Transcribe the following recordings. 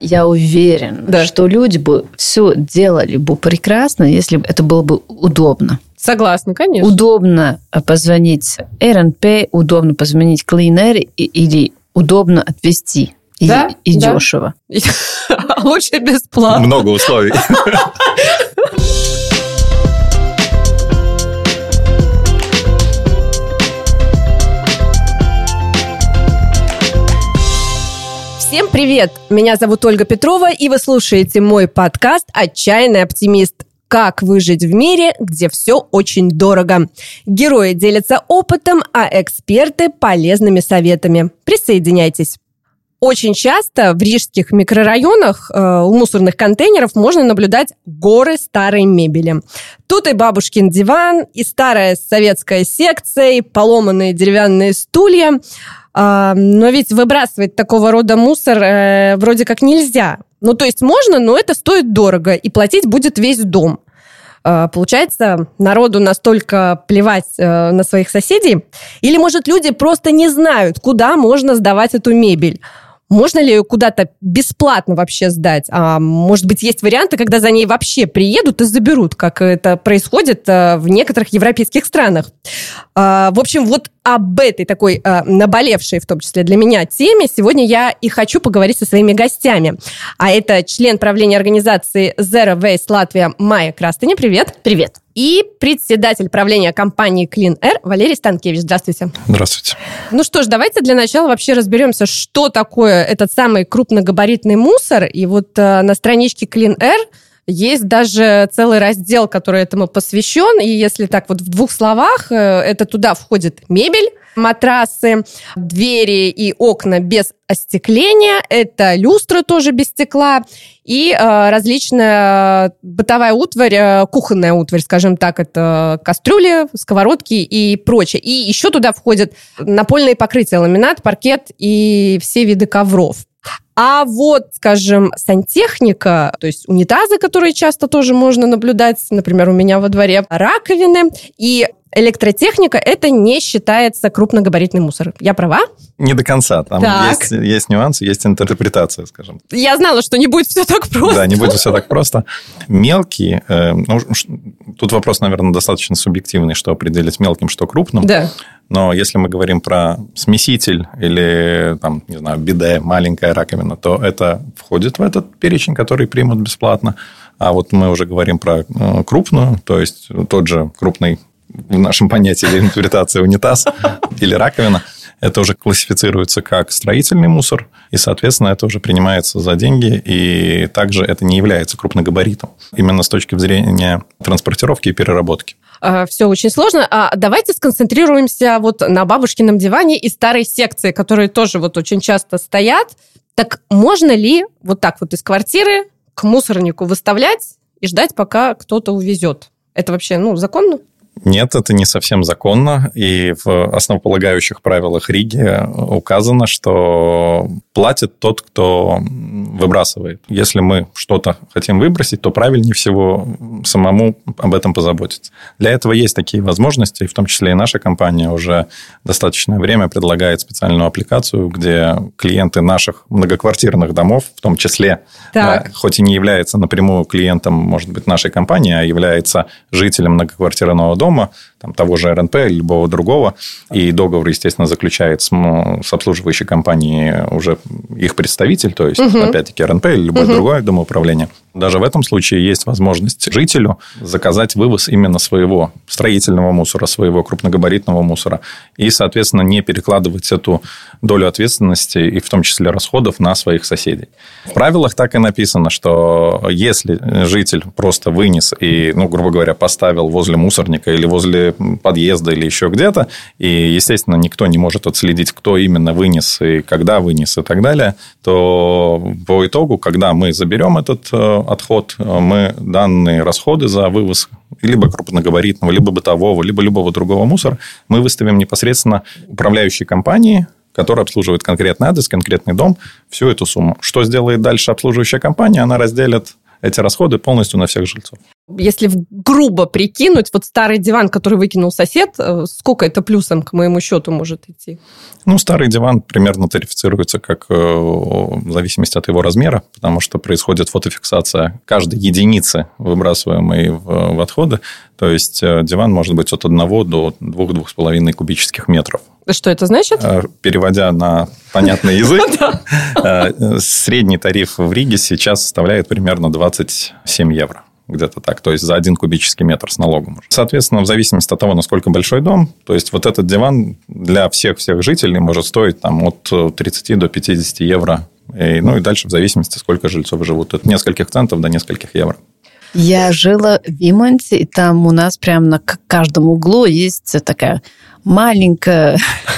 Я уверена, что люди бы все делали бы прекрасно, если бы это было бы удобно. Согласна, конечно. Удобно позвонить РНП, удобно позвонить Clean Air или удобно отвезти. И дешево. Лучше бесплатно. Много условий. Всем привет! Меня зовут Ольга Петрова, и вы слушаете мой подкаст «Отчаянный оптимист». Как выжить в мире, где все очень дорого. Герои делятся опытом, а эксперты – полезными советами. Присоединяйтесь. Очень часто в рижских микрорайонах у мусорных контейнеров можно наблюдать горы старой мебели. Тут и бабушкин диван, и старая советская секция, и поломанные деревянные стулья. Но ведь выбрасывать такого рода мусор вроде как нельзя. Ну, то есть можно, но это стоит дорого, и платить будет весь дом. Получается, народу настолько плевать на своих соседей? Или, может, люди просто не знают, куда можно сдавать эту мебель? Можно ли ее куда-то бесплатно вообще сдать? А может быть, есть варианты, когда за ней вообще приедут и заберут, как это происходит в некоторых европейских странах. В общем, вот об этой такой наболевшей, в том числе для меня, теме сегодня я и хочу поговорить со своими гостями. А это член правления организации Zero Waste Latvia Майя Крастыня. Привет. Привет. И председатель правления компании Clean Air Валерий Станкевич. Здравствуйте. Здравствуйте. Ну что ж, давайте для начала вообще разберемся, что такое этот самый крупногабаритный мусор. И вот на страничке Clean Air есть даже целый раздел, который этому посвящен. И если так вот в двух словах, это туда входит мебель, матрасы, двери и окна без остекления, это люстры тоже без стекла, и различная бытовая утварь, кухонная утварь, скажем так, это кастрюли, сковородки и прочее. И еще туда входят напольные покрытия, ламинат, паркет и все виды ковров. А вот, скажем, сантехника, то есть унитазы, которые часто тоже можно наблюдать, например, у меня во дворе, раковины и электротехника, это не считается крупногабаритный мусор. Я права? Не до конца. Там есть нюансы, есть интерпретация, скажем. Я знала, что не будет все так просто. Да, не будет все так просто. Мелкие, тут вопрос, наверное, достаточно субъективный, что определить мелким, что крупным. Да. Но если мы говорим про смеситель или, там, не знаю, биде, маленькая раковина, то это входит в этот перечень, который примут бесплатно. А вот мы уже говорим про крупную, то есть тот же крупный в нашем понятии или интерпретации унитаз или раковина, это уже классифицируется как строительный мусор, и, соответственно, это уже принимается за деньги, и также это не является крупногабаритом, именно с точки зрения транспортировки и переработки. Все очень сложно. Давайте сконцентрируемся вот на бабушкином диване и старой секции, которые тоже вот очень часто стоят. Так можно ли вот так вот из квартиры к мусорнику выставлять и ждать, пока кто-то увезет? Это вообще, законно? Нет, это не совсем законно, и в основополагающих правилах Риги указано, что платит тот, кто выбрасывает. Если мы что-то хотим выбросить, то правильнее всего самому об этом позаботиться. Для этого есть такие возможности, и в том числе и наша компания уже достаточное время предлагает специальную аппликацию, где клиенты наших многоквартирных домов, в том числе, хоть и не является напрямую клиентом, может быть, нашей компании, а является жителем многоквартирного дома, там, того же РНП или любого другого, и договор, естественно, заключает с обслуживающей компанией уже их представитель, то есть, опять-таки, РНП или любое другое домоуправление. Даже в этом случае есть возможность жителю заказать вывоз именно своего строительного мусора, своего крупногабаритного мусора, и, соответственно, не перекладывать эту долю ответственности и в том числе расходов на своих соседей. В правилах так и написано, что если житель просто вынес и, грубо говоря, поставил возле мусорника или возле подъезда или еще где-то, и, естественно, никто не может отследить, кто именно вынес и когда вынес и так далее, то по итогу, когда мы заберем этот отход, мы данные расходы за вывоз либо крупногабаритного, либо бытового, либо любого другого мусора мы выставим непосредственно управляющей компании, которая обслуживает конкретный адрес, конкретный дом, всю эту сумму. Что сделает дальше обслуживающая компания? Она разделит эти расходы полностью на всех жильцов. Если грубо прикинуть, вот старый диван, который выкинул сосед, сколько это плюсом к моему счету может идти? Старый диван примерно тарифицируется как в зависимости от его размера, потому что происходит фотофиксация каждой единицы, выбрасываемой в отходы. То есть диван может быть от 1 до 2-2,5 кубических метров. Что это значит? Переводя на понятный язык, средний тариф в Риге сейчас составляет примерно 27 евро. Где-то так, то есть за 1 кубический метр с налогом. Соответственно, в зависимости от того, насколько большой дом, то есть вот этот диван для всех жителей может стоить от 30 до 50 евро. И дальше в зависимости, сколько жильцов живут. От нескольких центов до нескольких евро. Я жила в Иманте, и там у нас прямо на каждом углу есть такая маленькая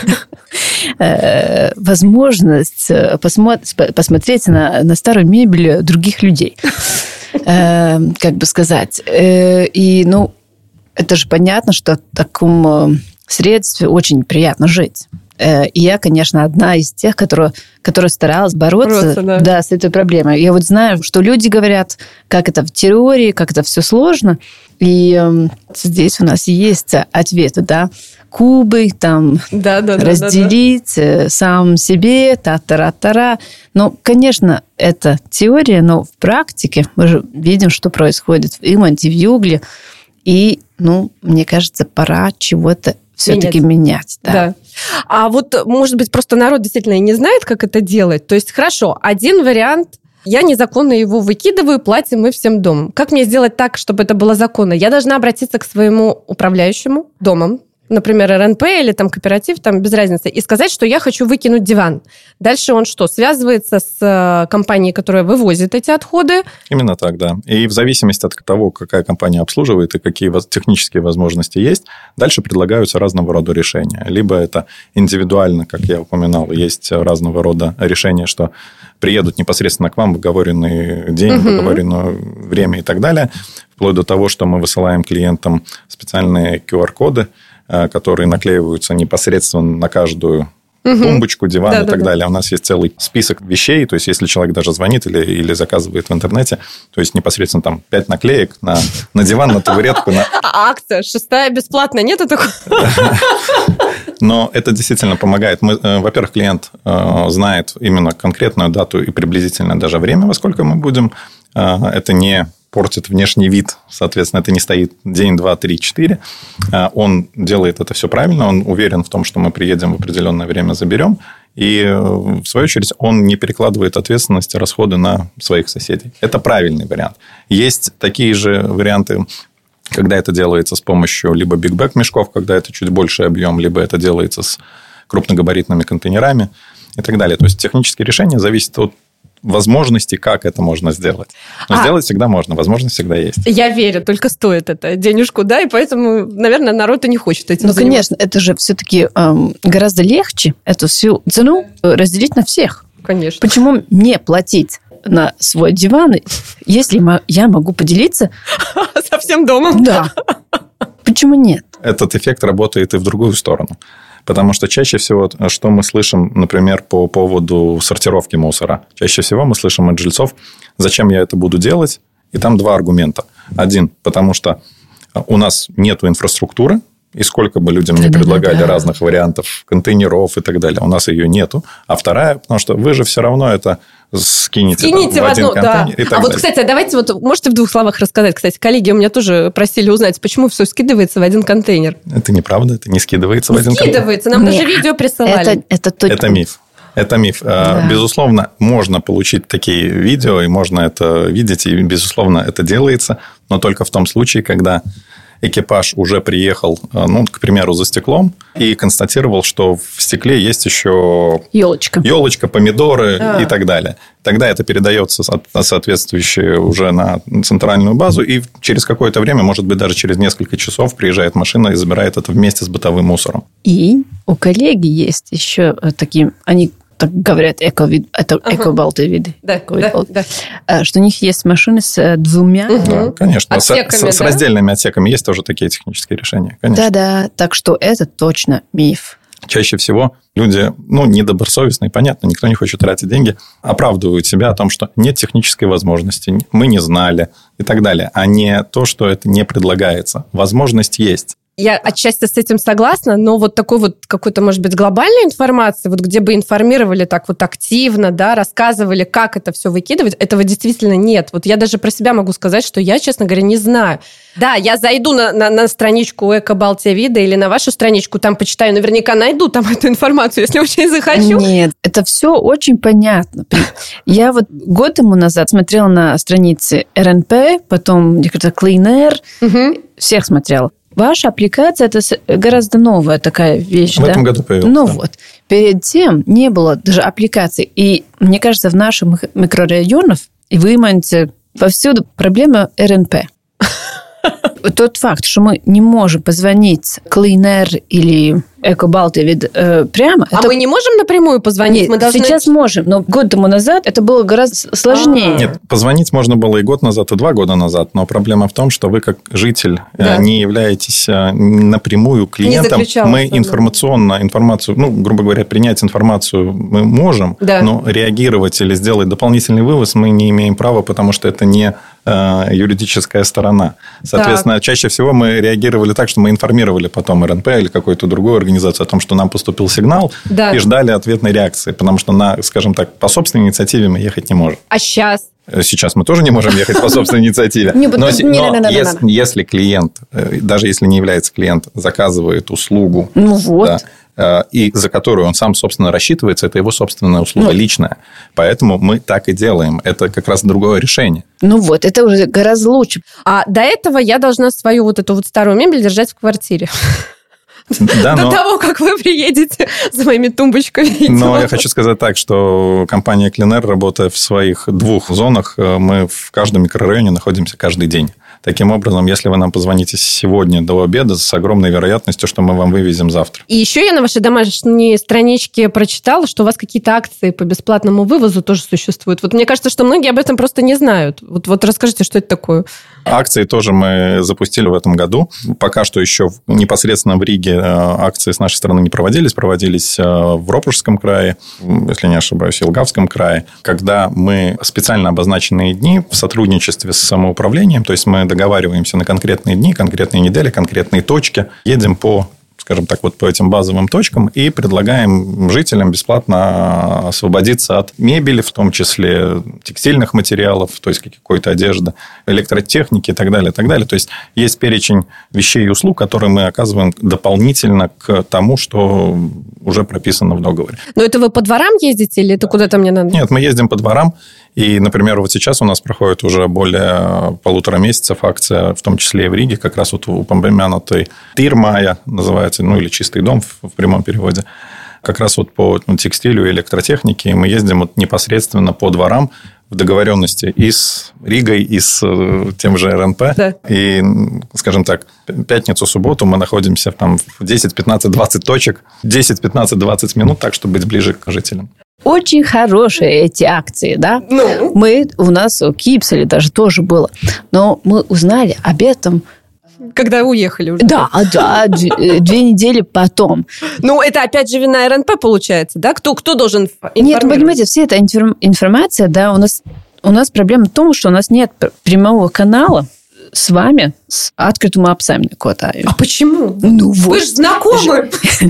возможность посмотреть на старую мебель других людей. Как бы сказать. И, это же понятно, что в таком средстве очень приятно жить. И я, конечно, одна из тех, которая старалась бороться с этой проблемой. Я знаю, что люди говорят, как это в теории, как это все сложно. И здесь у нас есть ответы, да. Кубы, разделить сам себе, та-та-ра-та-ра. Но, конечно, это теория, но в практике мы же видим, что происходит в Иманте, в Югле. И, мне кажется, пора чего-то все-таки менять. Да. А может быть, просто народ действительно не знает, как это делать. То есть, хорошо, один вариант... Я незаконно его выкидываю, платим мы всем домом. Как мне сделать так, чтобы это было законно? Я должна обратиться к своему управляющему домом, например, РНП или кооператив, без разницы, и сказать, что я хочу выкинуть диван. Дальше он что, связывается с компанией, которая вывозит эти отходы? Именно так, да. И в зависимости от того, какая компания обслуживает и какие технические возможности есть, дальше предлагаются разного рода решения. Либо это индивидуально, как я упоминал, есть разного рода решения, что приедут непосредственно к вам в оговоренный день, в оговоренное время и так далее, вплоть до того, что мы высылаем клиентам специальные QR-коды, которые наклеиваются непосредственно на каждую тумбочку, диван и так далее. У нас есть целый список вещей, то есть если человек даже звонит или заказывает в интернете, то есть непосредственно 5 наклеек на диван, на табуретку. Акция 6-я бесплатная, нету такого? Но это действительно помогает. Во-первых, клиент знает именно конкретную дату и приблизительно даже время, во сколько мы будем. Это не портит внешний вид, соответственно, это не стоит день, 2, 3, 4. Он делает это все правильно, он уверен в том, что мы приедем в определенное время, заберем, и, в свою очередь, он не перекладывает ответственность и расходы на своих соседей. Это правильный вариант. Есть такие же варианты, когда это делается с помощью либо бигбэк мешков, когда это чуть больший объем, либо это делается с крупногабаритными контейнерами и так далее. То есть технические решения зависят от возможности, как это можно сделать. Но сделать всегда можно, возможность всегда есть. Я верю, только стоит это денежку, и поэтому, наверное, народ и не хочет этим заниматься. Конечно, это же все-таки гораздо легче эту всю цену разделить на всех. Конечно. Почему мне платить на свой диван, если я могу поделиться со всем домом? Да. Почему нет? Этот эффект работает и в другую сторону. Потому что чаще всего, что мы слышим, например, по поводу сортировки мусора, чаще всего мы слышим от жильцов, зачем я это буду делать, и там 2 аргумента. Один, потому что у нас нет инфраструктуры, и сколько бы людям не предлагали разных вариантов, контейнеров и так далее, у нас ее нету. А вторая, потому что вы же все равно это скинете в один контейнер и так далее. Кстати, давайте можете в 2 словах рассказать, кстати, коллеги у меня тоже просили узнать, почему все скидывается в один контейнер. Это неправда, это не скидывается в один контейнер. Скидывается, нам даже видео присылали. Это миф. Это миф. Да. Безусловно, можно получить такие видео, и можно это видеть, и, безусловно, это делается, но только в том случае, когда экипаж уже приехал, к примеру, за стеклом и констатировал, что в стекле есть еще елочка, помидоры и так далее. Тогда это передается соответствующе уже на центральную базу, и через какое-то время, может быть, даже через несколько часов приезжает машина и забирает это вместе с бытовым мусором. И у коллеги есть еще такие, они так говорят, эко-балты виды. Да. Что у них есть машины с 2 Да, конечно. Отсеками, с раздельными отсеками есть тоже такие технические решения. Конечно. Да. Так что это точно миф. Чаще всего люди, недобросовестные, понятно, никто не хочет тратить деньги, оправдывают себя о том, что нет технической возможности, мы не знали и так далее, а не то, что это не предлагается. Возможность есть. Я отчасти с этим согласна, но вот такой вот какой-то, может быть, глобальной информации, вот где бы информировали так вот активно, да, рассказывали, как это все выкидывать, этого действительно нет. Вот я даже про себя могу сказать, что я, честно говоря, не знаю. Да, я зайду на страничку Эко-Балтия Вида или на вашу страничку, там почитаю, наверняка найду там эту информацию, если очень захочу. Нет, это все очень понятно. Я вот год тому назад смотрела на страницы РНП, потом, мне кажется, Clean Air, всех смотрела. Ваша аппликация – это гораздо новая такая вещь. В этом году появилась. Вот. Перед тем не было даже аппликаций. И мне кажется, в наших микрорайонах и в Иманце повсюду проблема РНП. Тот факт, что мы не можем позвонить Clean Air или Эко-Балтия Вид прямо... Мы не можем напрямую позвонить? Нет, мы должны... сейчас можем, но год тому назад это было гораздо сложнее. Нет, позвонить можно было и год назад, и 2 года назад, но проблема в том, что вы как житель не являетесь напрямую клиентом. Мы информацию, грубо говоря, принять информацию мы можем, но реагировать или сделать дополнительный вывоз мы не имеем права, потому что это не юридическая сторона. Соответственно, чаще всего мы реагировали так, что мы информировали потом РНП или какую-то другую организацию о том, что нам поступил сигнал, и ждали ответной реакции, потому что, скажем так, по собственной инициативе мы ехать не можем. А сейчас? Сейчас мы тоже не можем ехать по собственной инициативе. Но если клиент, даже если не является клиентом, заказывает услугу, и за которую он сам, собственно, рассчитывается, это его собственная услуга личная. Поэтому мы так и делаем. Это как раз другое решение. Это уже гораздо лучше. А до этого я должна свою вот эту вот старую мебель держать в квартире. До того, как вы приедете за моими тумбочками. Но я хочу сказать так, что компания Clean Air, работая в своих 2 зонах, мы в каждом микрорайоне находимся каждый день. Таким образом, если вы нам позвоните сегодня до обеда, с огромной вероятностью, что мы вам вывезем завтра. И еще я на вашей домашней страничке прочитала, что у вас какие-то акции по бесплатному вывозу тоже существуют. Вот мне кажется, что многие об этом просто не знают. Вот расскажите, что это такое? Акции тоже мы запустили в этом году. Пока что еще непосредственно в Риге акции с нашей стороны не проводились. Проводились в Ропужском крае, если не ошибаюсь, в Елгавском крае, когда мы специально обозначенные дни в сотрудничестве с самоуправлением, то есть мы договариваемся на конкретные дни, конкретные недели, конкретные точки, едем по этим базовым точкам и предлагаем жителям бесплатно освободиться от мебели, в том числе текстильных материалов, то есть какой-то одежды, электротехники и так далее, и так далее. То есть есть перечень вещей и услуг, которые мы оказываем дополнительно к тому, что уже прописано в договоре. Но это вы по дворам ездите или это куда-то мне надо? Нет, мы ездим по дворам. И, например, вот сейчас у нас проходит уже более 1,5 месяца акция, в том числе и в Риге, как раз вот упомянутый Тирмая называется, или чистый дом в прямом переводе, как раз вот по текстилю и электротехнике. И мы ездим непосредственно по дворам в договоренности и с Ригой, и с тем же РНП. Да. И, скажем так, пятницу, субботу мы находимся там в 10, 15, 20 точек, 10, 15, 20 минут, так, чтобы быть ближе к жителям. Очень хорошие эти акции, да? У нас в Кипселе даже тоже было. Но мы узнали об этом... Когда уехали уже. Да, 2 недели потом. Это опять же вина РНП получается, да? Кто должен информировать? Нет, понимаете, вся эта информация, да, у нас проблема в том, что у нас нет прямого канала с вами, с открытым апсами куда-то. А почему? Вы же знакомы.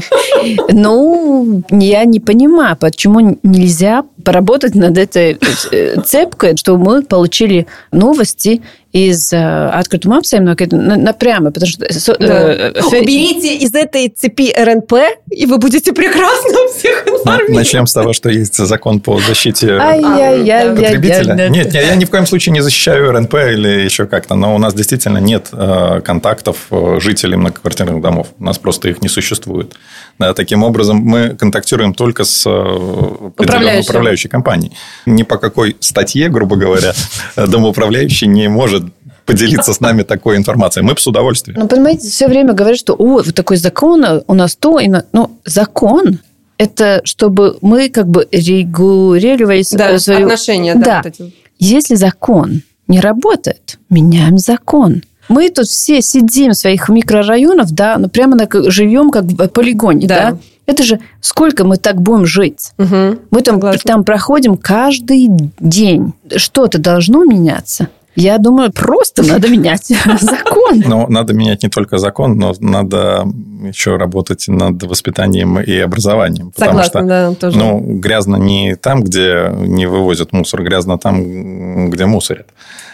Я не понимаю, почему нельзя поработать над этой цепкой, чтобы мы получили новости из открытым апсами напрямую, потому что... Уберите из этой цепи РНП, и вы будете прекрасно всех информировать. Начнем с того, что есть закон по защите потребителя. Нет, я ни в коем случае не защищаю РНП или еще как-то, но у нас действительно нет контактов жителей многоквартирных домов. У нас просто их не существует. Таким образом, мы контактируем только с управляющей компанией. Ни по какой статье, грубо говоря, домоуправляющий не может поделиться с нами такой информацией. Мы бы с удовольствием. Понимаете, все время говорят, что вот такой закон, у нас то... закон... Это чтобы мы регулировали свои отношения. Да. Если закон не работает, меняем закон. Мы тут все сидим в своих микрорайонах, да, прямо живем как в полигоне, да. Это же сколько мы так будем жить? Мы там проходим каждый день. Что-то должно меняться. Я думаю, просто надо менять закон. Но надо менять не только закон, но надо еще работать над воспитанием и образованием. Согласна, потому что, да, тоже. Грязно не там, где не вывозят мусор, грязно там, где мусорят.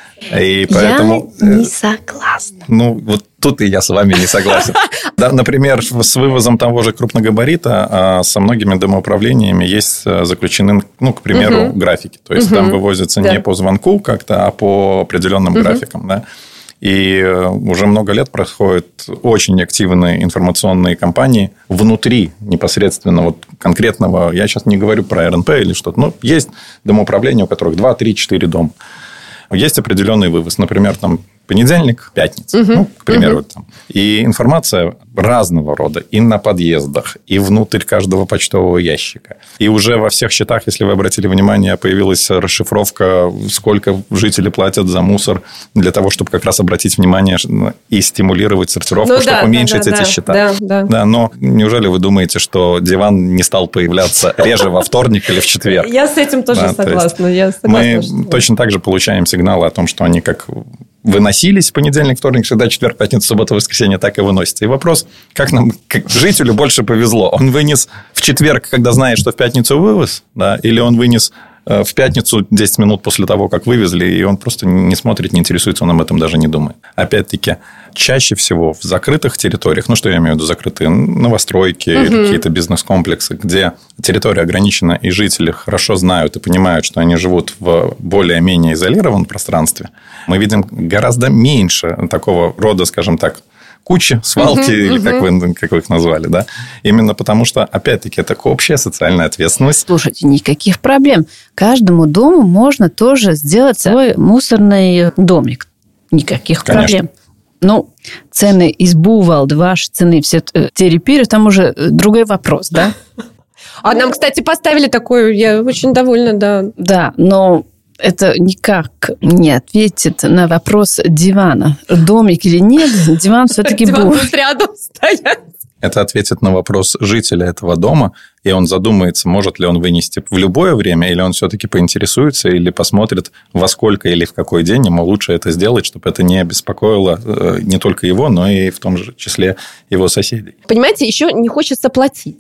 И поэтому... Я не согласна. Вот тут и я с вами не согласен. Да, например, с вывозом того же крупногабарита со многими домоуправлениями есть заключены, к примеру, графики. То есть, там вывозится не по звонку как-то, а по определенным графикам. Да? И уже много лет проходят очень активные информационные кампании внутри непосредственно конкретного... Я сейчас не говорю про РНП или что-то. Но есть домоуправления, у которых 2, 3, 4 дома. Есть определенный вывоз. Например, там понедельник, пятница, к примеру. И информация разного рода. И на подъездах, и внутрь каждого почтового ящика. И уже во всех счетах, если вы обратили внимание, появилась расшифровка, сколько жители платят за мусор, для того, чтобы как раз обратить внимание и стимулировать сортировку, чтобы уменьшить эти счета. Да, но неужели вы думаете, что диван не стал появляться реже во вторник или в четверг? Я с этим тоже согласна. Мы точно так же получаем сигналы о том, что они как выносились в понедельник, вторник, среда, четверг, пятница, суббота, воскресенье, так и выносятся. И вопрос, как нам, как жителю, больше повезло. Он вынес в четверг, когда знает, что в пятницу вывез, да, или он вынес в пятницу 10 минут после того, как вывезли, и он просто не смотрит, не интересуется, он об этом даже не думает. Опять-таки, чаще всего в закрытых территориях, что я имею в виду закрытые, новостройки, или какие-то бизнес-комплексы, где территория ограничена, и жители хорошо знают и понимают, что они живут в более-менее изолированном пространстве, мы видим гораздо меньше такого рода, скажем так, кучи, свалки, или как вы их назвали, да? Именно потому что, опять-таки, это общая социальная ответственность. Слушайте, никаких проблем. Каждому дому можно тоже сделать свой мусорный домик. Никаких проблем. Цены из Бувалды, ваши цены, все территории, там уже другой вопрос, да? А нам, кстати, поставили такую, я очень довольна, да. Да, но... Это никак не ответит на вопрос дивана. Домик или нет, диван все-таки будет. Диван будет рядом стоять. Это ответит на вопрос жителя этого дома, и он задумается, может ли он вынести в любое время, или он все-таки поинтересуется, или посмотрит, во сколько или в какой день ему лучше это сделать, чтобы это не беспокоило не только его, но и в том же числе его соседей. Понимаете, еще не хочется платить.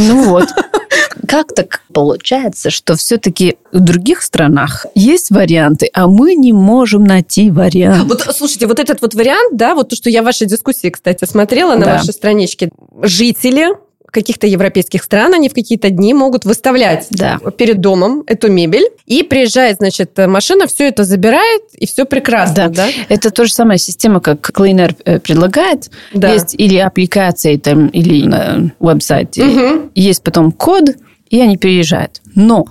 Как так получается, что все-таки в других странах есть варианты, а мы не можем найти вариант? Слушайте, этот вариант, да, то, что я в вашей дискуссии, кстати, смотрела на вашей страничке, жители каких-то европейских стран, они в какие-то дни могут выставлять перед домом эту мебель, и приезжает, машина, все это забирает, и все прекрасно. Да. Это та же самая система, как Clean Air предлагает. Да. Есть или аппликации, или на веб-сайте, есть потом код, и они переезжают. Но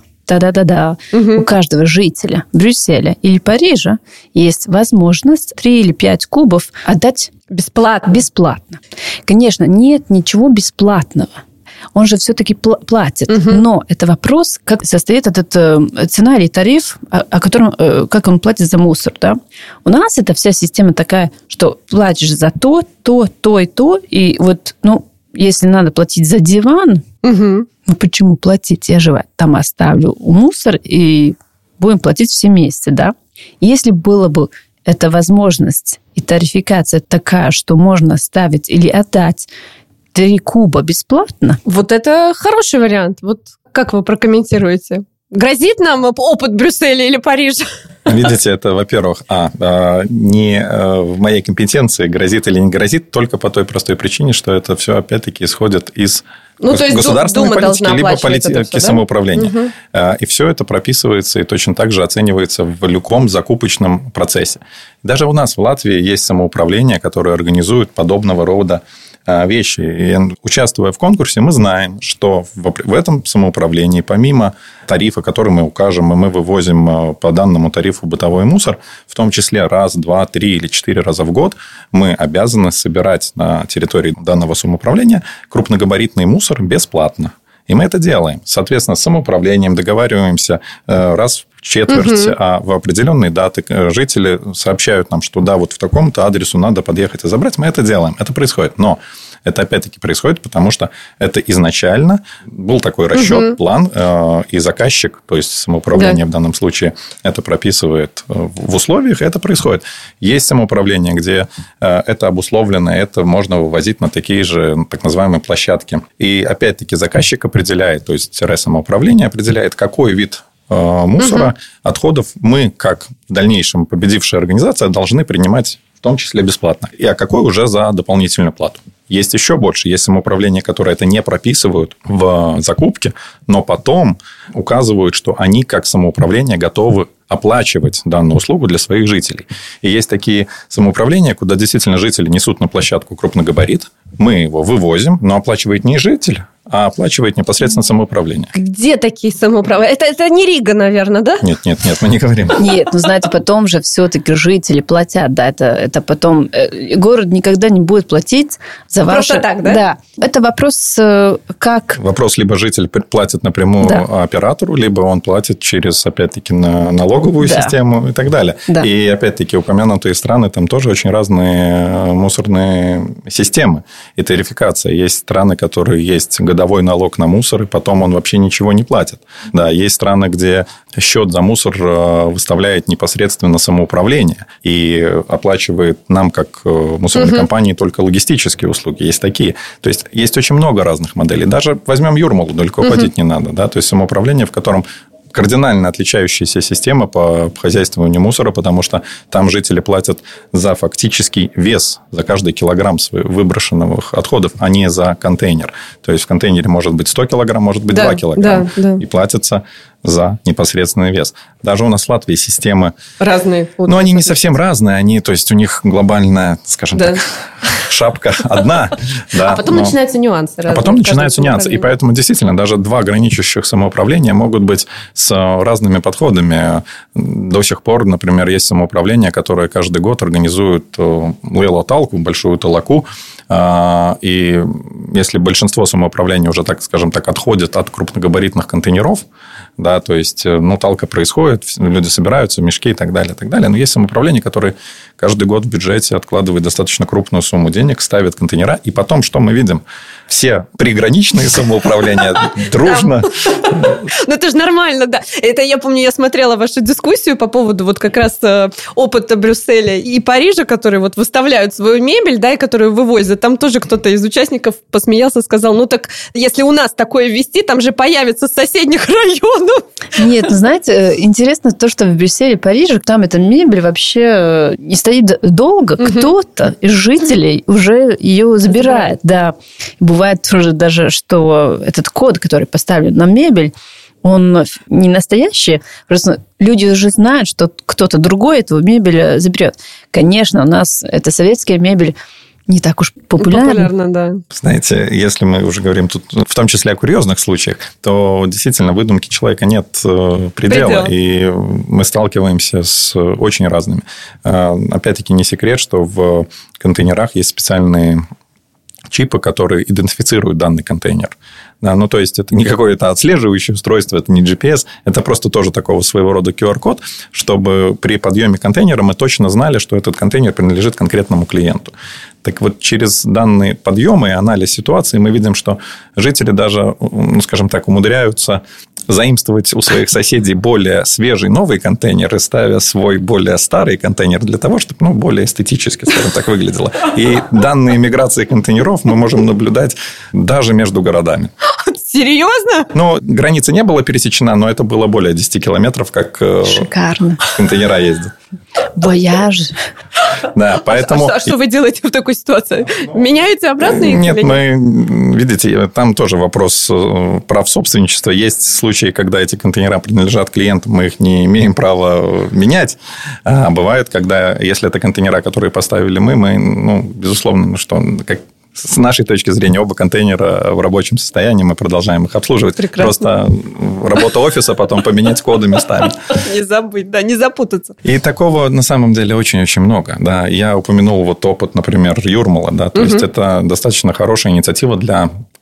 у каждого жителя Брюсселя или Парижа есть возможность 3 или 5 кубов отдать бесплатно. Конечно, нет ничего бесплатного. Он же все-таки платит. Но это вопрос, как состоит этот цена или тариф, о котором, как он платит за мусор. Да? У нас эта вся система такая, что платишь за то, и то. И если надо платить за диван, почему платить? Я же там оставлю мусор, и будем платить все вместе, да? Если было бы эта возможность и тарификация такая, что можно ставить или отдать 3 куба бесплатно. Это хороший вариант. Как вы прокомментируете? Грозит нам опыт Брюсселя или Парижа? Видите, это, во-первых, не в моей компетенции, грозит или не грозит, только по той простой причине, что это все, опять-таки, исходит из государственной политики, либо политики самоуправления. И все это прописывается и точно так же оценивается в любом закупочном процессе. Даже у нас в Латвии есть самоуправление, которое организует подобного рода вещи. И участвуя в конкурсе, мы знаем, что в этом самоуправлении, помимо тарифа, который мы укажем, и мы вывозим по данному тарифу бытовой мусор, в том числе 1, 2, 3 или 4 раза в год, мы обязаны собирать на территории данного самоуправления крупногабаритный мусор бесплатно. И мы это делаем. Соответственно, с самоуправлением договариваемся раз в четверть, а в определенные даты жители сообщают нам, что да, вот в таком-то адресу надо подъехать и забрать. Мы это делаем. Это происходит. Но это опять-таки происходит, потому что это изначально был такой расчет, план, и заказчик, то есть самоуправление в данном случае, это прописывает в условиях, и это происходит. Есть самоуправление, где это обусловлено, это можно вывозить на такие же так называемые площадки. И опять-таки заказчик определяет, то есть самоуправление определяет, какой вид мусора, отходов мы, как в дальнейшем победившая организация, должны принимать в том числе бесплатно. И какой уже за дополнительную плату. Есть еще больше. Есть самоуправления, которые это не прописывают в закупке, но потом указывают, что они, как самоуправление, готовы оплачивать данную услугу для своих жителей. И есть такие самоуправления, куда действительно жители несут на площадку крупногабарит, мы его вывозим, но оплачивает не житель, а оплачивает непосредственно самоуправление. Где такие самоуправления? Это не Рига, наверное, да? Нет, мы не говорим. Нет, знаете, потом же все-таки жители платят, да, это потом... Город никогда не будет платить за ваши... Просто так, да? Да. Это вопрос как... Вопрос, либо житель платит напрямую оператору, либо он платит через, опять-таки, налоговую систему и так далее. Да. И, опять-таки, упомянутые страны, там тоже очень разные мусорные системы и тарификация. Есть страны, которые есть годовой налог на мусор, и потом он вообще ничего не платит. Да, есть страны, где счет за мусор выставляет непосредственно самоуправление и оплачивает нам, как мусорной компании, только логистические услуги. Есть такие. То есть, есть очень много разных моделей. Даже возьмем Юрмалу, далеко ходить не надо. Да? То есть, самоуправление, в котором кардинально отличающаяся система по хозяйствованию мусора, потому что там жители платят за фактический вес, за каждый килограмм выброшенных отходов, а не за контейнер. То есть, в контейнере может быть 100 килограмм, может быть 2 килограмма. И платится за непосредственный вес. Даже у нас в Латвии системы... Разные. Но они не совсем разные. То есть, у них глобальная, скажем так, шапка одна. А потом начинаются нюансы. А потом начинаются нюансы. И поэтому, действительно, даже два граничащих самоуправления могут быть с разными подходами. До сих пор, например, есть самоуправление, которое каждый год организует велоталку, большую толоку. И если большинство самоуправлений уже, так скажем так, отходит от крупногабаритных контейнеров, да, то есть, талка происходит, люди собираются, мешки и так далее, и так далее. Но есть самоуправление, которое каждый год в бюджете откладывает достаточно крупную сумму денег, ставит контейнера, и потом что мы видим? Все приграничные самоуправления дружно... Ну, это же нормально, да. Это, я помню, я смотрела вашу дискуссию по поводу вот как раз опыта Брюсселя и Парижа, которые вот выставляют свою мебель, да, и которую вывозят. Там тоже кто-то из участников посмеялся, сказал, ну, так если у нас такое ввести, там же появится с соседних районов. Нет, знаете, интересно то, что в Брюсселе и Париже, там эта мебель вообще не стоит долго. Кто-то из жителей уже ее забирает, да. Бывает тоже даже, что этот код, который поставлен на мебель, он не настоящий, просто люди уже знают, что кто-то другой эту мебель заберет. Конечно, у нас эта советская мебель не так уж популярна. Да. Знаете, если мы уже говорим тут в том числе о курьезных случаях, то действительно выдумки человека нет предела. И мы сталкиваемся с очень разными. Опять-таки не секрет, что в контейнерах есть специальные чипы, которые идентифицируют данный контейнер. Да, ну, то есть, это не какое-то отслеживающее устройство, это не GPS, это просто тоже такого своего рода QR-код, чтобы при подъеме контейнера мы точно знали, что этот контейнер принадлежит конкретному клиенту. Так вот, через данные подъемы и анализ ситуации мы видим, что жители даже, ну, скажем так, умудряются заимствовать у своих соседей более свежий новый контейнер и ставя свой более старый контейнер для того, чтобы, ну, более эстетически, скажем так, выглядело. И данные миграции контейнеров мы можем наблюдать даже между городами. Серьезно? Ну, граница не была пересечена, но это было более 10 километров, как шикарно. Контейнера ездят. Вояж. Да, поэтому... А что вы делаете в такой ситуации? Меняете обратно их? Нет, мы... Видите, там тоже вопрос прав собственничества. Есть случаи, когда эти контейнера принадлежат клиентам, мы их не имеем права менять. А бывает, когда, если это контейнера, которые поставили мы, ну, безусловно, ну что, как... С нашей точки зрения, оба контейнера в рабочем состоянии, мы продолжаем их обслуживать. Прекрасно. Просто работа офиса, потом поменять коды местами. Не забыть, да, не запутаться. И такого, на самом деле, очень-очень много. Да. Я упомянул вот опыт, например, Юрмала. Да. То есть, это достаточно хорошая инициатива для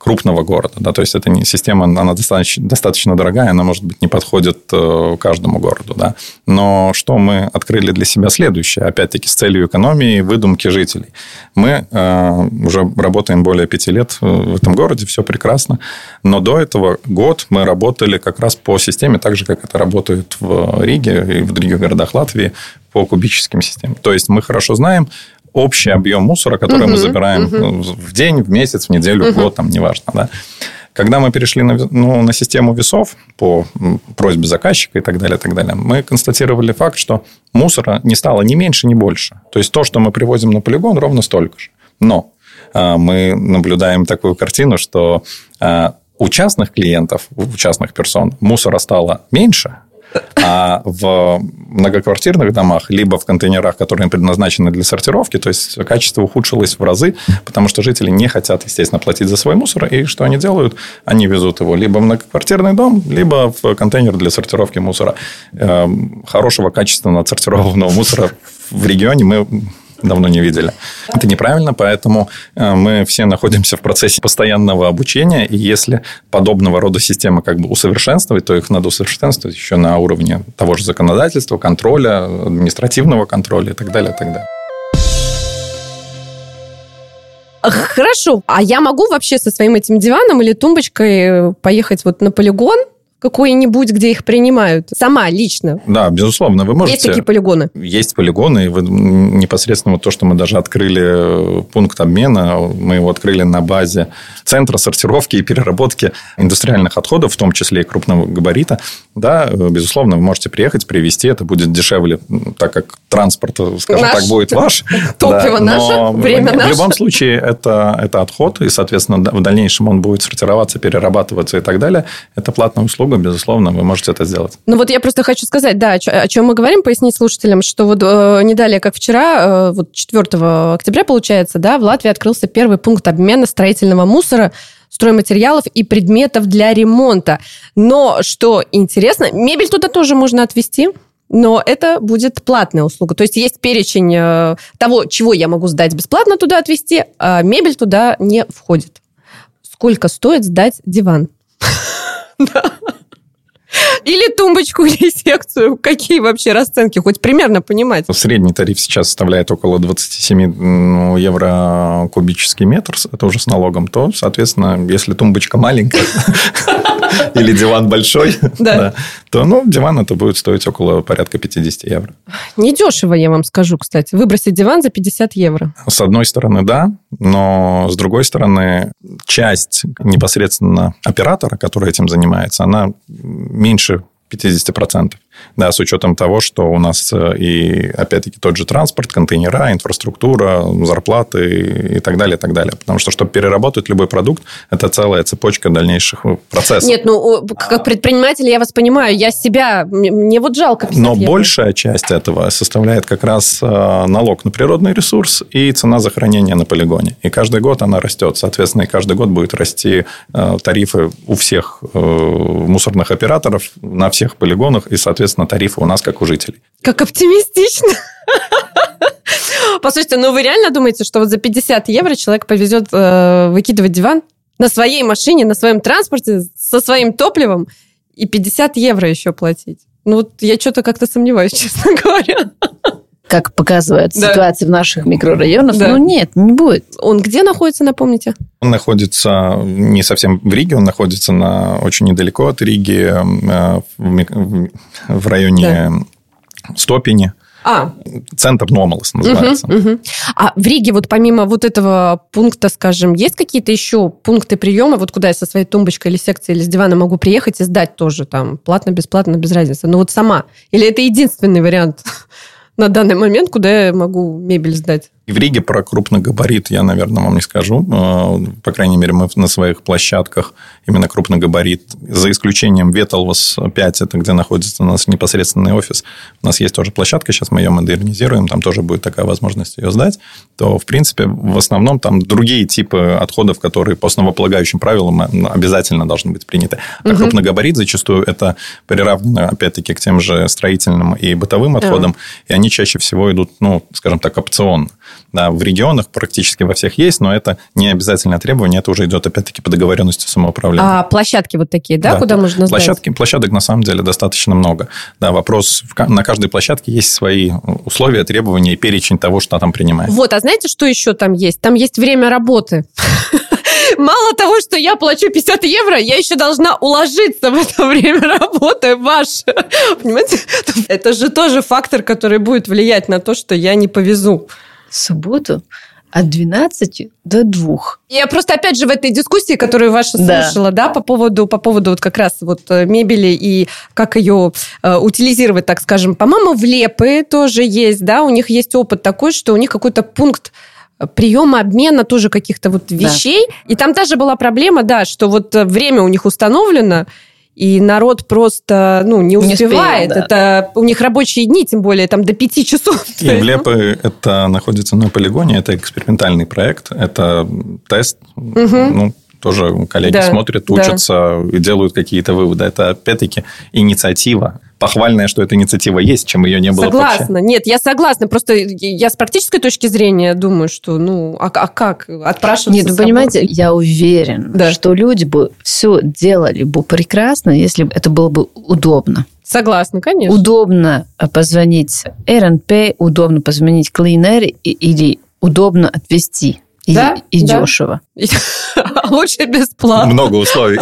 крупного города. Да? То есть, это не система, она достаточно дорогая, она, может быть, не подходит каждому городу. Да? Но что мы открыли для себя следующее, опять-таки, с целью экономии и выдумки жителей. Мы уже работаем более 5 лет в этом городе, все прекрасно. Но до этого год мы работали как раз по системе, так же, как это работает в Риге и в других городах Латвии, по кубическим системам. То есть, мы хорошо знаем общий объем мусора, который мы забираем в день, в месяц, в неделю, в год, там, неважно. Да? Когда мы перешли на систему весов по просьбе заказчика и так далее, мы констатировали факт, что мусора не стало ни меньше, ни больше. То есть, то, что мы привозим на полигон, ровно столько же. Но мы наблюдаем такую картину, что у частных клиентов, у частных персон мусора стало меньше, а в многоквартирных домах, либо в контейнерах, которые предназначены для сортировки, то есть, качество ухудшилось в разы, потому что жители не хотят, естественно, платить за свой мусор. И что они делают? Они везут его либо в многоквартирный дом, либо в контейнер для сортировки мусора. Хорошего, качественного отсортированного мусора в регионе мы давно не видели. Это неправильно, поэтому мы все находимся в процессе постоянного обучения, и если подобного рода системы как бы усовершенствовать, то их надо усовершенствовать еще на уровне того же законодательства, контроля, административного контроля и так далее, и так далее. Хорошо. А я могу вообще со своим этим диваном или тумбочкой поехать вот на полигон какой-нибудь, где их принимают? Сама, лично? Да, безусловно. Вы можете... Есть такие полигоны? Есть полигоны. И вы непосредственно вот то, что мы даже открыли пункт обмена, мы его открыли на базе центра сортировки и переработки индустриальных отходов, в том числе и крупного габарита. Да, безусловно, вы можете приехать, привезти. Это будет дешевле, так как транспорт, скажем так, будет ваш. Топливо наше, время наше. В любом случае, это отход. И, соответственно, в дальнейшем он будет сортироваться, перерабатываться и так далее. Это платная услуга. Безусловно, вы можете это сделать. Ну, вот я просто хочу сказать, да, о чем мы говорим, пояснить слушателям, что вот не далее, как вчера, вот 4 октября, получается, да, в Латвии открылся первый пункт обмена строительного мусора, стройматериалов и предметов для ремонта. Но, что интересно, мебель туда тоже можно отвезти, но это будет платная услуга. То есть, есть перечень того, чего я могу сдать бесплатно туда отвезти, а мебель туда не входит. Сколько стоит сдать диван? Или тумбочку, или секцию. Какие вообще расценки? Хоть примерно понимать. Средний тариф сейчас составляет около 27 евро кубический метр. Это уже с налогом. То, соответственно, если тумбочка маленькая или диван большой, то диван это будет стоить около порядка 50 евро. Недешево, я вам скажу, кстати. Выбросить диван за 50 евро. С одной стороны, да. Но с другой стороны, часть непосредственно оператора, который этим занимается, она меньше 50%. Да, с учетом того, что у нас и, опять-таки, тот же транспорт, контейнера, инфраструктура, зарплаты и так далее, и так далее. Потому что, чтобы переработать любой продукт, это целая цепочка дальнейших процессов. Нет, как предприниматель, я вас понимаю, мне вот жалко 50 Но евро. Большая часть этого составляет как раз налог на природный ресурс и цена за хранение на полигоне. И каждый год она растет. Соответственно, и каждый год будут расти тарифы у всех мусорных операторов на всех полигонах, и, соответственно, тарифы у нас, как у жителей. Как оптимистично. Послушайте, вы реально думаете, что вот за 50 евро человек повезет выкидывать диван на своей машине, на своем транспорте, со своим топливом, и 50 евро еще платить? Я что-то как-то сомневаюсь, честно говоря. Как показывает ситуация в наших микрорайонах, нет, не будет. Он где находится, напомните? Он находится не совсем в Риге, он находится очень недалеко от Риги, в районе Стопини. Центр Номалас называется. А в Риге помимо этого пункта, скажем, есть какие-то еще пункты приема, куда я со своей тумбочкой или секцией, или с дивана могу приехать и сдать тоже там платно, бесплатно, без разницы? сама? Или это единственный вариант на данный момент, куда я могу мебель сдать? И в Риге про крупный габарит я, наверное, вам не скажу. По крайней мере, мы на своих площадках именно крупный габарит, за исключением Веталвас 5, это где находится у нас непосредственный офис. У нас есть тоже площадка, сейчас мы ее модернизируем, там тоже будет такая возможность ее сдать. То, в принципе, в основном там другие типы отходов, которые по основополагающим правилам обязательно должны быть приняты. А крупный габарит зачастую это приравнено, опять-таки, к тем же строительным и бытовым отходам, и они чаще всего идут, скажем так, опционно. Да, в регионах практически во всех есть, но это не обязательное требование, это уже идет, опять-таки, по договоренности самоуправления. А площадки вот такие, да, куда можно сдать? Площадок на самом деле достаточно много. Да, вопрос, на каждой площадке есть свои условия, требования и перечень того, что там принимает. Вот, а знаете, что еще там есть? Там есть время работы. Мало того, что я плачу 50 евро, я еще должна уложиться в это время работы ваше. Понимаете? Это же тоже фактор, который будет влиять на то, что я не повезу. В субботу от 12 до 2. Я просто, опять же, в этой дискуссии, которую ваша слушала, да, по поводу вот как раз вот мебели и как ее утилизировать, так скажем. По-моему, в Лепе тоже есть, да, у них есть опыт такой, что у них какой-то пункт приема, обмена тоже каких-то вот вещей. Да. И там даже была проблема, да, что вот время у них установлено, и народ просто, не успевает. Да. Это у них рабочие дни, тем более, там до 5 часов. И в Лепе это находится на полигоне, это экспериментальный проект, это тест, тоже коллеги смотрят, учатся и делают какие-то выводы. Это, опять-таки, инициатива. Похвальное, что эта инициатива есть, чем ее не было вообще. Согласна. Нет, я согласна. Просто я с практической точки зрения думаю, что, как отпрашиваться? Нет, вы понимаете, я уверена, что люди бы все делали бы прекрасно, если бы это было бы удобно. Согласна, конечно. Удобно позвонить РНП, удобно позвонить Clean Air или удобно отвезти. И дешево. Лучше бесплатно. Много условий.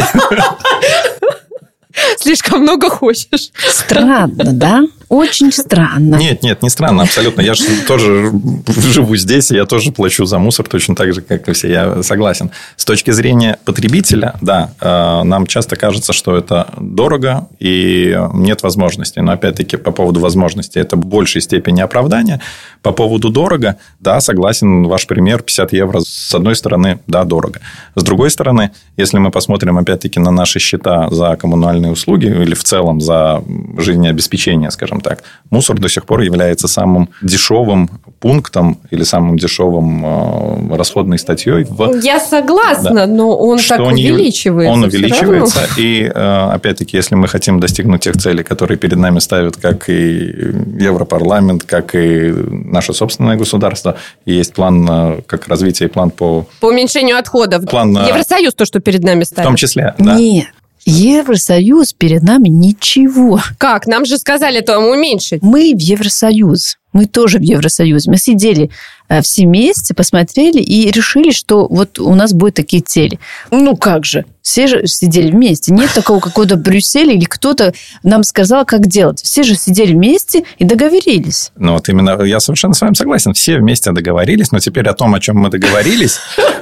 Слишком много хочешь. Странно, да? Очень странно. Нет, не странно, абсолютно. Я же тоже живу здесь, и я тоже плачу за мусор точно так же, как и все. Я согласен. С точки зрения потребителя, да, нам часто кажется, что это дорого и нет возможностей. Но, опять-таки, по поводу возможностей, это в большей степени оправдание. По поводу дорого, да, согласен, ваш пример, 50 евро, с одной стороны, да, дорого. С другой стороны, если мы посмотрим, опять-таки, на наши счета за коммунальные услуги или в целом за жизнеобеспечение, скажем так, мусор до сих пор является самым дешевым пунктом или самым дешевым расходной статьей. Я согласна, но он так увеличивается. Он увеличивается. И, опять-таки, если мы хотим достигнуть тех целей, которые перед нами ставят как и Европарламент, как и наше собственное государство, и есть план как развития и план по уменьшению отходов. Евросоюз то, что перед нами ставит. В том числе, да. Нет. Евросоюз перед нами ничего. Как? Нам же сказали это уменьшить. Мы в Евросоюз. Мы тоже в Евросоюзе. Мы сидели все вместе, посмотрели и решили, что вот у нас будут такие цели. Как же? Все же сидели вместе. Нет такого какого-то Брюсселя или кто-то нам сказал, как делать. Все же сидели вместе и договорились. Вот именно, я совершенно с вами согласен. Все вместе договорились, но теперь о том, о чем мы договорились,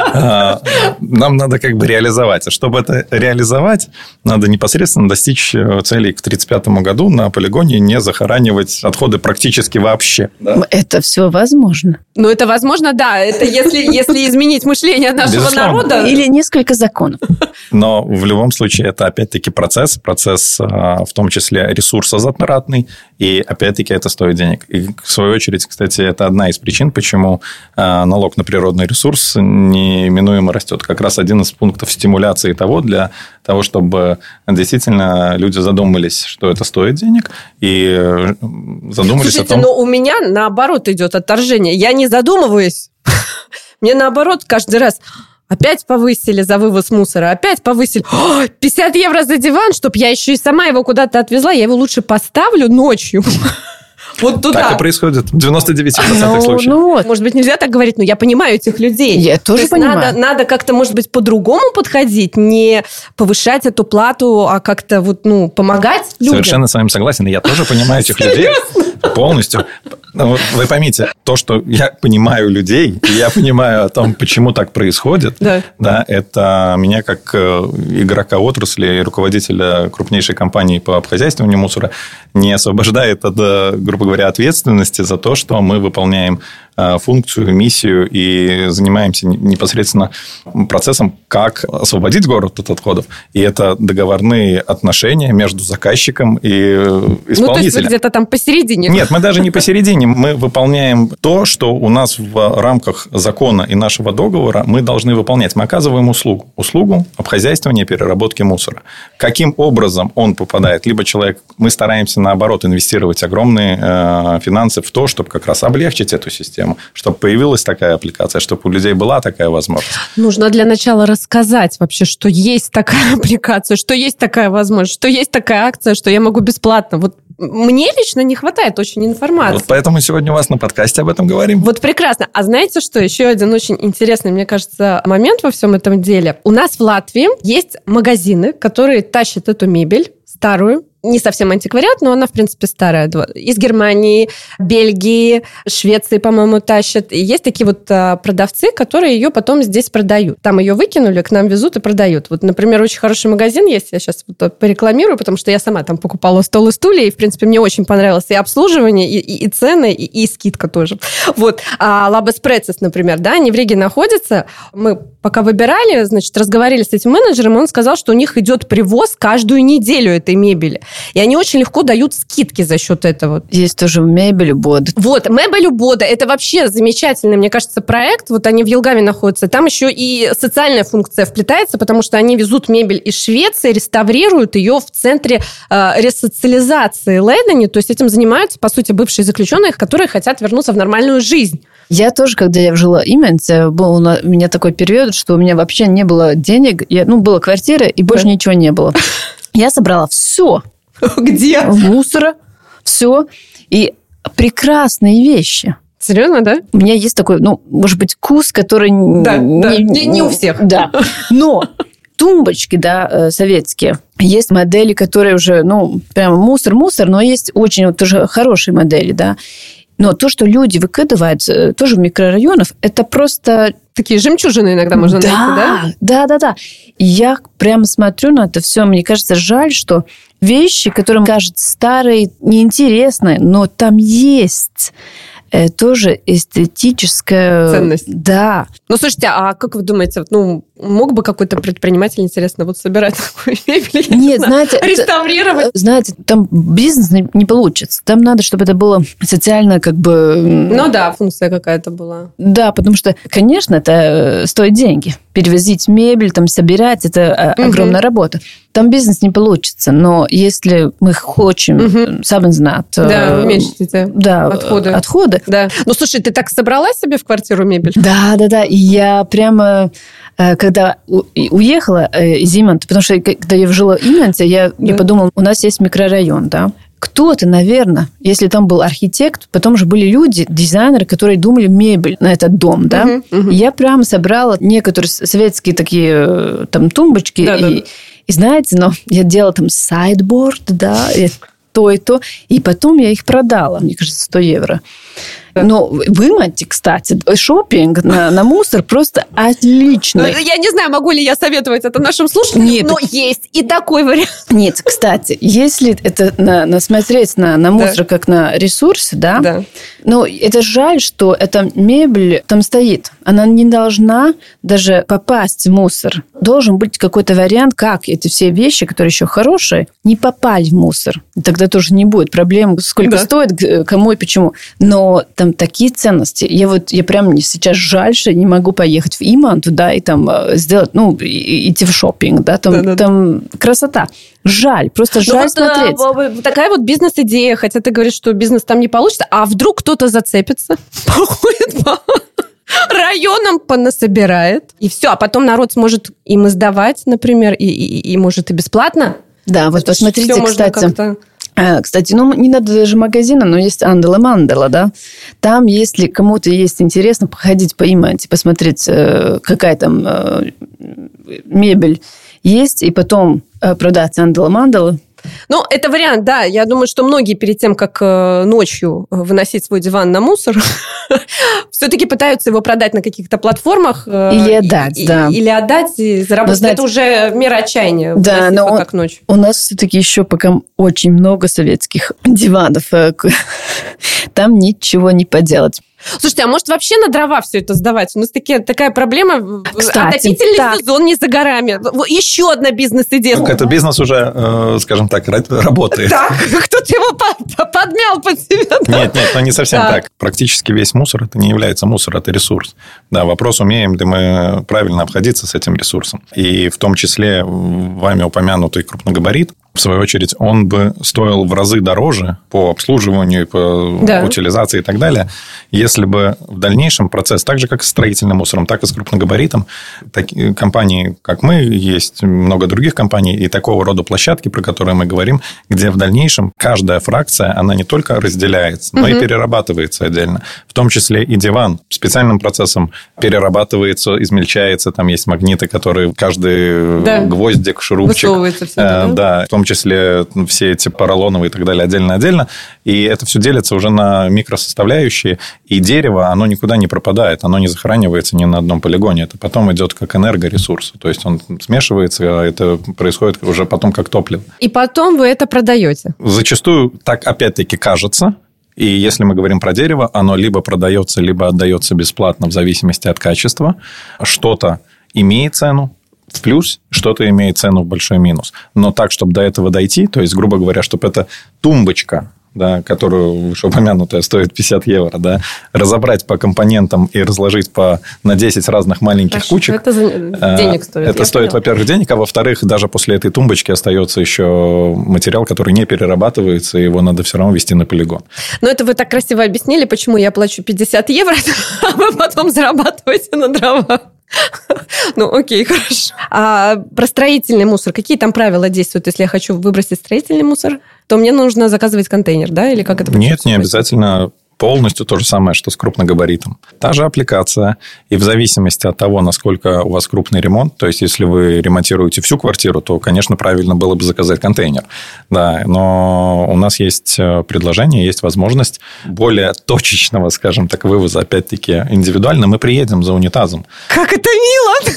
нам надо как бы реализовать. А чтобы это реализовать, надо непосредственно достичь целей к 1935 году на полигоне не захоранивать отходы практически вообще. Да? Это все возможно. Это возможно, да. Это если изменить мышление нашего народа. Или несколько законов. Но в любом случае это опять-таки процесс в том числе ресурсозатратный, и опять-таки это стоит денег. И в свою очередь, кстати, это одна из причин, почему налог на природный ресурс неминуемо растет. Как раз один из пунктов стимуляции для того, чтобы действительно люди задумались, что это стоит денег, и задумались о том... у меня наоборот идет отторжение. Я не задумываюсь. Мне наоборот каждый раз... Опять повысили за вывоз мусора, опять повысили. 50 евро за диван, чтобы я еще и сама его куда-то отвезла. Я его лучше поставлю ночью. Вот туда. Так и происходит в 99% случаев. Может быть, нельзя так говорить, но я понимаю этих людей. Я тоже понимаю. Надо как-то, может быть, по-другому подходить, не повышать эту плату, а как-то помогать людям. Совершенно с вами согласен. И я тоже понимаю этих людей полностью. Вы поймите, то, что я понимаю людей, и я понимаю о том, почему так происходит, да, это меня как игрока отрасли и руководителя крупнейшей компании по обхозяйствованию мусора не освобождает от, грубо говоря, ответственности за то, что мы выполняем функцию, миссию и занимаемся непосредственно процессом, как освободить город от отходов. И это договорные отношения между заказчиком и исполнителем. То есть вы где-то там посередине? Нет, мы даже не посередине. Мы выполняем то, что у нас в рамках закона и нашего договора мы должны выполнять. Мы оказываем услугу. Услугу обхозяйствования и переработки мусора. Каким образом он попадает? Либо человек... Мы стараемся, наоборот, инвестировать огромные финансы в то, чтобы как раз облегчить эту систему. хотим, чтобы появилась такая аппликация, чтобы у людей была такая возможность. Нужно для начала рассказать вообще, что есть такая аппликация, что есть такая возможность, что есть такая акция, что я могу бесплатно. Вот мне лично не хватает очень информации. Вот поэтому сегодня у вас на подкасте об этом говорим. Вот прекрасно. А знаете что? Еще один очень интересный, мне кажется, момент во всем этом деле. У нас в Латвии есть магазины, которые тащат эту мебель старую, не совсем антиквариат, но она, в принципе, старая. Из Германии, Бельгии, Швеции, по-моему, тащат. И есть такие вот продавцы, которые ее потом здесь продают. Там ее выкинули, к нам везут и продают. Вот, например, очень хороший магазин есть, я сейчас вот порекламирую, потому что я сама там покупала стол и стулья, и, в принципе, мне очень понравилось и обслуживание, и цены, и скидка тоже. Вот. А Лабас Прецес, например, да, они в Риге находятся. Мы пока выбирали, значит, разговаривали с этим менеджером, и он сказал, что у них идет привоз каждую неделю этой мебели. И они очень легко дают скидки за счет этого. Есть тоже Мебель Бода. Вот, Мебель Бода. Это вообще замечательный, мне кажется, проект. Вот они в Елгаве находятся. Там еще и социальная функция вплетается, потому что они везут мебель из Швеции, реставрируют ее в центре ресоциализации Лейдени. То есть этим занимаются, по сути, бывшие заключенные, которые хотят вернуться в нормальную жизнь. Я тоже, когда я жила в Именце, был у меня такой период, что у меня вообще не было денег. Была квартира, и больше ничего не было. Я собрала все. Где? Мусора, все. И прекрасные вещи. Серьезно, да? У меня есть такой, может быть, вкус, который... Не у всех. Да. Но тумбочки, да, советские. Есть модели, которые уже, прямо мусор, но есть очень тоже хорошие модели, да. Но то, что люди выкидывают тоже в микрорайонах, это просто... Такие жемчужины иногда можно найти, да? Да. И я прямо смотрю на это все. Мне кажется, жаль, что вещи, которые кажутся старые, неинтересные, но там есть тоже эстетическая... Ценность. Да. Слушайте, а как вы думаете, мог бы какой-то предприниматель, интересно, вот собирать такую мебель? Нет, знаете... Реставрировать? Знаете, там бизнес не получится. Там надо, чтобы это было социально функция какая-то была. Да, потому что, конечно, это стоит деньги. Перевозить мебель, там, собирать, это огромная работа. Там бизнес не получится. Но если мы хотим, сам знать... уменьшить эти отходы. Да. Слушай, ты так собрала себе в квартиру мебель? Да. И я прямо, когда уехала из Иманта, потому что когда я жила в Иманте, я подумала, у нас есть микрорайон, да. Кто-то, наверное, если там был архитект, потом же были люди, дизайнеры, которые думали мебель на этот дом, да. Я прямо собрала некоторые советские такие там тумбочки. И знаете, я делала там сайдборд, да, и то, и потом я их продала, мне кажется, 100 евро. Но в Иманте, кстати, шопинг на мусор просто отличный. Я не знаю, могу ли я советовать это нашим слушателям, но есть и такой вариант. Нет, кстати, если это смотреть на мусор как на ресурсы, да, но это жаль, что эта мебель там стоит. Она не должна даже попасть в мусор. Должен быть какой-то вариант, как эти все вещи, которые еще хорошие, не попали в мусор. И тогда тоже не будет проблем, сколько стоит, кому и почему. Но там такие ценности. Я прям сейчас жаль, что не могу поехать в Иманту, да, и там сделать, идти в шопинг, да, там красота. Жаль, просто жаль смотреть. Такая вот бизнес-идея, хотя ты говоришь, что бизнес там не получится, а вдруг кто-то зацепится, походит по районам, понасобирает, и все, а потом народ сможет им сдавать, например, и может и бесплатно. Да, вот посмотрите, кстати, не надо даже магазина, но есть Андела Мандела, да. Там, если кому-то есть интересно, походить по Иманте, посмотреть, какая там мебель есть, и потом продать Андела Мандела. Это вариант, да. Я думаю, что многие перед тем, как ночью выносить свой диван на мусор, все-таки пытаются его продать на каких-то платформах. Или отдать, Или отдать и заработать. Это уже мера отчаяния. Да, но как ночью. У нас все-таки еще пока очень много советских диванов. Там ничего не поделать. Слушайте, а может вообще на дрова все это сдавать? У нас такая проблема. Кстати, отопительный сезон не за горами. Еще одна бизнес-идея. Это бизнес уже, скажем так, работает. Так, кто-то его подмял под себя. Нет, не совсем так. Практически весь мусор, это не является мусор, это ресурс. Да, вопрос, умеем ли мы правильно обходиться с этим ресурсом. И в том числе вами упомянутый крупногабарит. В свою очередь, он бы стоил в разы дороже по обслуживанию, по утилизации и так далее, если бы в дальнейшем процесс, так же, как и с строительным мусором, так и с крупногабаритом, такие компании, как мы, есть много других компаний, и такого рода площадки, про которые мы говорим, где в дальнейшем каждая фракция, она не только разделяется, но и перерабатывается отдельно. В том числе и диван специальным процессом перерабатывается, измельчается, там есть магниты, которые каждый гвоздик, шурупчик. Высовывается все это, да, в том числе все эти поролоновые и так далее отдельно-отдельно. И это все делится уже на микросоставляющие. И дерево, оно никуда не пропадает, оно не захоранивается ни на одном полигоне. Это потом идет как энергоресурс. То есть, он смешивается, это происходит уже потом как топливо. И потом вы это продаете? Зачастую так, опять-таки, кажется. И если мы говорим про дерево, оно либо продается, либо отдается бесплатно в зависимости от качества. Что-то имеет цену в плюс, что-то имеет цену в большой минус. Но так, чтобы до этого дойти, то есть, грубо говоря, чтобы эта тумбочка, да, которую вышеупомянутая стоит 50 евро, да, разобрать по компонентам и разложить на 10 разных маленьких кучек. Это денег стоит. Это стоит, во-первых, денег, а во-вторых, даже после этой тумбочки остается еще материал, который не перерабатывается, и его надо все равно везти на полигон. Но это вы так красиво объяснили, почему я плачу 50 евро, а вы потом зарабатываете на дровах. Ну, окей, хорошо. А про строительный мусор, какие там правила действуют? Если я хочу выбросить строительный мусор, то мне нужно заказывать контейнер, да? Или как это? Нет, не обязательно. Полностью то же самое, что с крупногабаритом. Та же аппликация. И в зависимости от того, насколько у вас крупный ремонт, то есть, если вы ремонтируете всю квартиру, то, конечно, правильно было бы заказать контейнер. Да, но у нас есть предложение, есть возможность более точечного, скажем так, вывоза, опять-таки, индивидуально. Мы приедем за унитазом. Как это мило!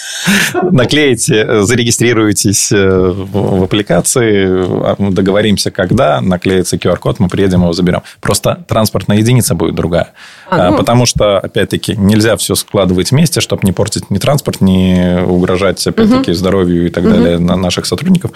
Наклеите, зарегистрируетесь в аппликации, договоримся, когда, наклеится QR-код, мы приедем, его заберем. Просто транспортная единица будет другая. Потому что, опять-таки, нельзя все складывать вместе, чтобы не портить ни транспорт, не угрожать, опять-таки, здоровью и так далее наших сотрудников.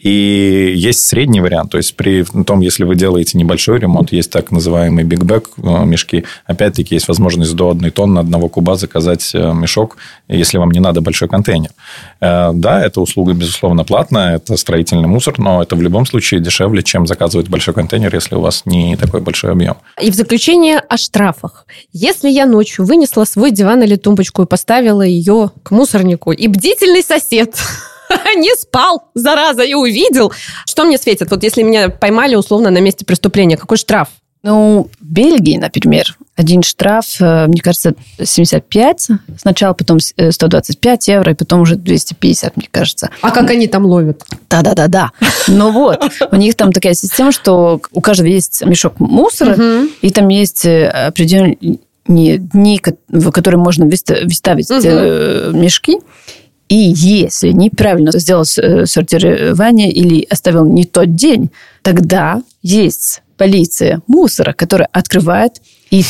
И есть средний вариант. То есть, при том, если вы делаете небольшой ремонт, есть так называемый биг-бэг мешки. Опять-таки, есть возможность до 1 тонны 1 куба заказать мешок, если вам не надо большой контейнер. Да, эта услуга, безусловно, платная, это строительный мусор, но это в любом случае дешевле, чем заказывать большой контейнер, если у вас не такой большой объем. И в заключение о штрафах. Если я ночью вынесла свой диван или тумбочку и поставила ее к мусорнику, и бдительный сосед не спал, зараза, и увидел, что мне светит? Вот если меня поймали условно на месте преступления, какой штраф? Ну, в Бельгии, например, один штраф, мне кажется, 75 сначала, потом 125 евро, и потом уже 250, мне кажется. А как они там ловят? Да. Ну вот, у них там такая система, что у каждого есть мешок мусора, и там есть определенные дни, в которые можно выставить мешки. И если неправильно сделал сортирование или оставил не тот день, тогда есть полиция мусора, которая открывает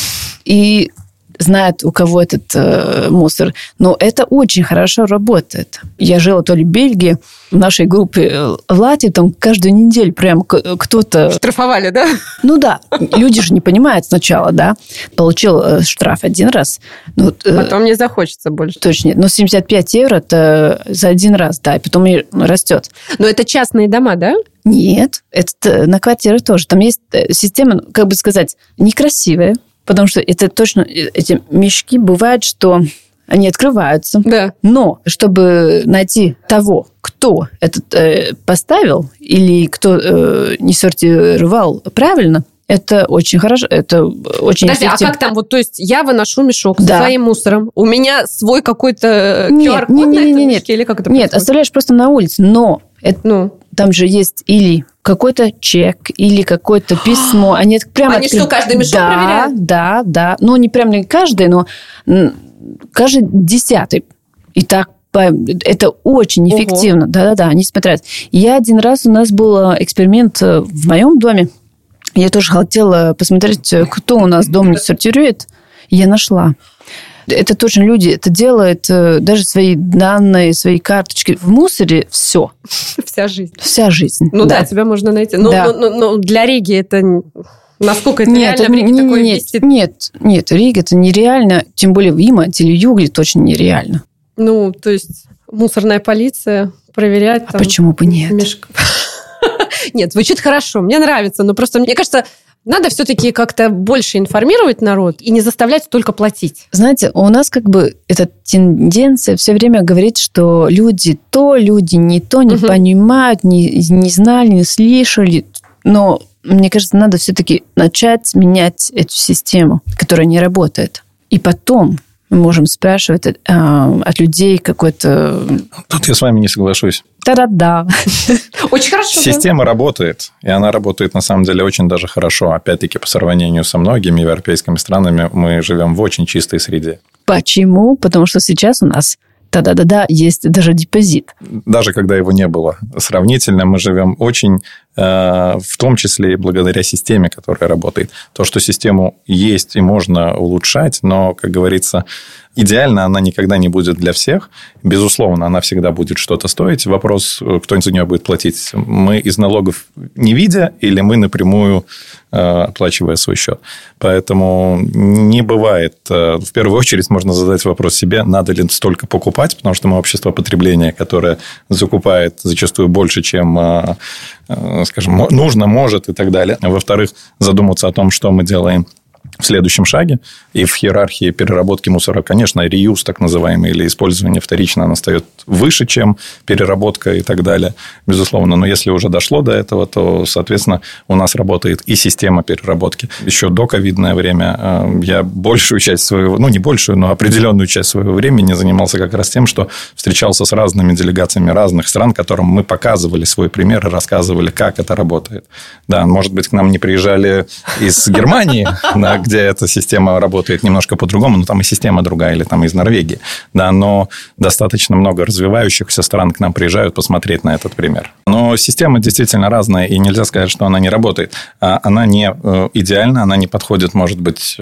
и знает, у кого этот мусор. Но это очень хорошо работает. Я жила то ли в Бельгии, в нашей группе в Латвии, там каждую неделю прям кто-то... Штрафовали, да? Ну да. Люди же не понимают сначала, да. Получил штраф один раз. Ну, потом не захочется больше. Точно нет. Но 75 евро это за один раз, да, и потом растет. Но это частные дома, да? Нет, это на квартиры тоже. Там есть система, как бы сказать, некрасивая, потому что это точно, эти мешки бывают, что они открываются. Да. Но чтобы найти того, кто этот поставил или кто не сортировал правильно, это очень хорошо, это очень эффективно. А как там? Вот, то есть я выношу мешок со своим мусором, у меня свой какой-то QR-код на этом мешке, или как это происходит? Нет, оставляешь просто на улице, но там же есть или какой-то чек, или какое-то письмо. Они что, каждый мешок проверяют? Да. Ну, не прям не каждый, но каждый 10-й. И так это очень эффективно. Да, они смотрят. У нас был эксперимент в моем доме. Я тоже хотела посмотреть, кто у нас дом сортирует. И я нашла. Это точно люди это делают, даже свои данные, свои карточки в мусоре, все. Вся жизнь. Вся жизнь. Ну да, тебя можно найти. Но для Риги это... Насколько это реально в Риге такое вести? Нет, Рига это нереально. Тем более в Иманте или Югле точно нереально. Ну, то есть мусорная полиция проверять. А почему бы нет? Нет, звучит хорошо, мне нравится, но просто, мне кажется, надо все-таки как-то больше информировать народ и не заставлять только платить. Знаете, у нас как бы эта тенденция все время говорить, что люди не понимают, не знали, не слышали. Но мне кажется, надо все-таки начать менять эту систему, которая не работает. И потом мы можем спрашивать от людей какой-то... Тут я с вами не соглашусь. Та-да-да. Очень хорошо. Система работает, и она работает, на самом деле, очень даже хорошо. Опять-таки, по сравнению со многими европейскими странами, мы живем в очень чистой среде. Почему? Потому что сейчас у нас есть даже депозит. Даже когда его не было. Сравнительно мы живем очень, в том числе и благодаря системе, которая работает. То, что систему есть и можно улучшать, но, как говорится, идеально она никогда не будет для всех. Безусловно, она всегда будет что-то стоить. Вопрос, кто за нее будет платить. Мы из налогов не видя или мы напрямую оплачивая свой счет. Поэтому не бывает. В первую очередь можно задать вопрос себе, надо ли столько покупать, потому что мы общество потребления, которое закупает зачастую больше, чем, скажем, нужно, может и так далее. Во-вторых, задуматься о том, что мы делаем в следующем шаге. И в иерархии переработки мусора, конечно, реюз, так называемый, или использование вторично, оно стоит выше, чем переработка и так далее, безусловно. Но если уже дошло до этого, то, соответственно, у нас работает и система переработки. Еще до ковидное время я большую часть своего, не большую, но определенную часть своего времени занимался как раз тем, что встречался с разными делегациями разных стран, которым мы показывали свой пример и рассказывали, как это работает. Да, может быть, к нам не приезжали из Германии, где эта система работает немножко по-другому, но там и система другая, или там из Норвегии. Да, но достаточно много развивающихся стран к нам приезжают посмотреть на этот пример. Но система действительно разная, и нельзя сказать, что она не работает. Она не идеальна, она не подходит, может быть,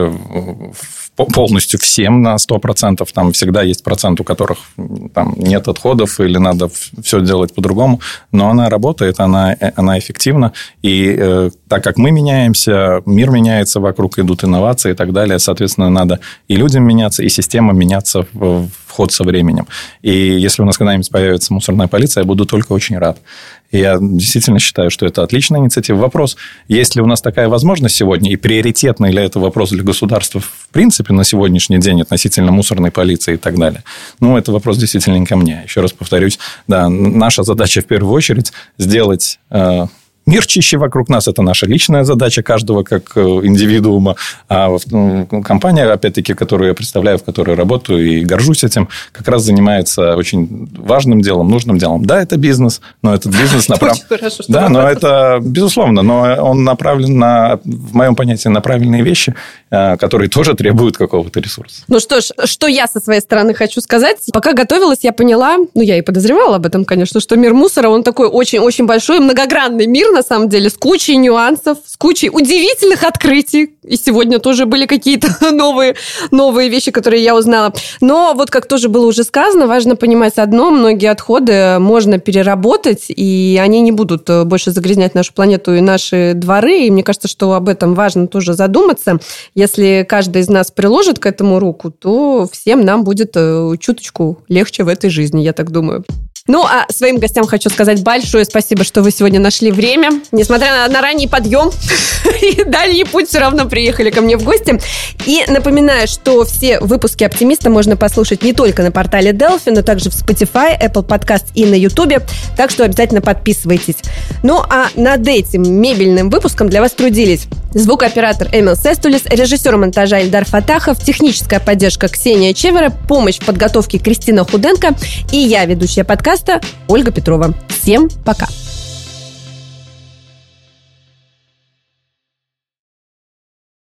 полностью всем на 100%. Там всегда есть процент, у которых там нет отходов или надо все делать по-другому. Но она работает, она эффективна. И так как мы меняемся, мир меняется вокруг, идут инновации и так далее. Соответственно, надо и людям меняться, и системам меняться в ход со временем. И если у нас когда-нибудь появится мусорная полиция, я буду только очень рад. И я действительно считаю, что это отличная инициатива. Вопрос, есть ли у нас такая возможность сегодня, и приоритетный ли это вопрос для государства в принципе на сегодняшний день относительно мусорной полиции и так далее. Это вопрос действительно не ко мне. Еще раз повторюсь, да, наша задача в первую очередь сделать... Мир чище вокруг нас – это наша личная задача каждого как индивидуума. А компания, опять-таки, которую я представляю, в которой работаю и горжусь этим, как раз занимается очень важным делом, нужным делом. Да, это бизнес, но этот бизнес направлен... Да, но это безусловно, но он направлен на, в моем понятии, на правильные вещи, которые тоже требуют какого-то ресурса. Ну что ж, что я со своей стороны хочу сказать. Пока готовилась, я поняла, я и подозревала об этом, конечно, что мир мусора, он такой очень-очень большой, многогранный мир, на самом деле, с кучей нюансов, с кучей удивительных открытий. И сегодня тоже были какие-то новые вещи, которые я узнала. Но вот как тоже было уже сказано, важно понимать одно, многие отходы можно переработать, и они не будут больше загрязнять нашу планету и наши дворы. И мне кажется, что об этом важно тоже задуматься. Если каждый из нас приложит к этому руку, то всем нам будет чуточку легче в этой жизни, я так думаю. Ну, а своим гостям хочу сказать большое спасибо, что вы сегодня нашли время. Несмотря на ранний подъем и дальний путь, все равно приехали ко мне в гости. И напоминаю, что все выпуски «Оптимиста» можно послушать не только на портале Delphi, но также в Spotify, Apple Podcast и на YouTube. Так что обязательно подписывайтесь. Ну, а над этим мебельным выпуском для вас трудились звукооператор Эмил Сестулис, режиссер монтажа Ильдар Фатахов, техническая поддержка Ксения Чевера, помощь в подготовке Кристина Худенко и я, ведущая подкаста Ольга Петрова. Всем пока!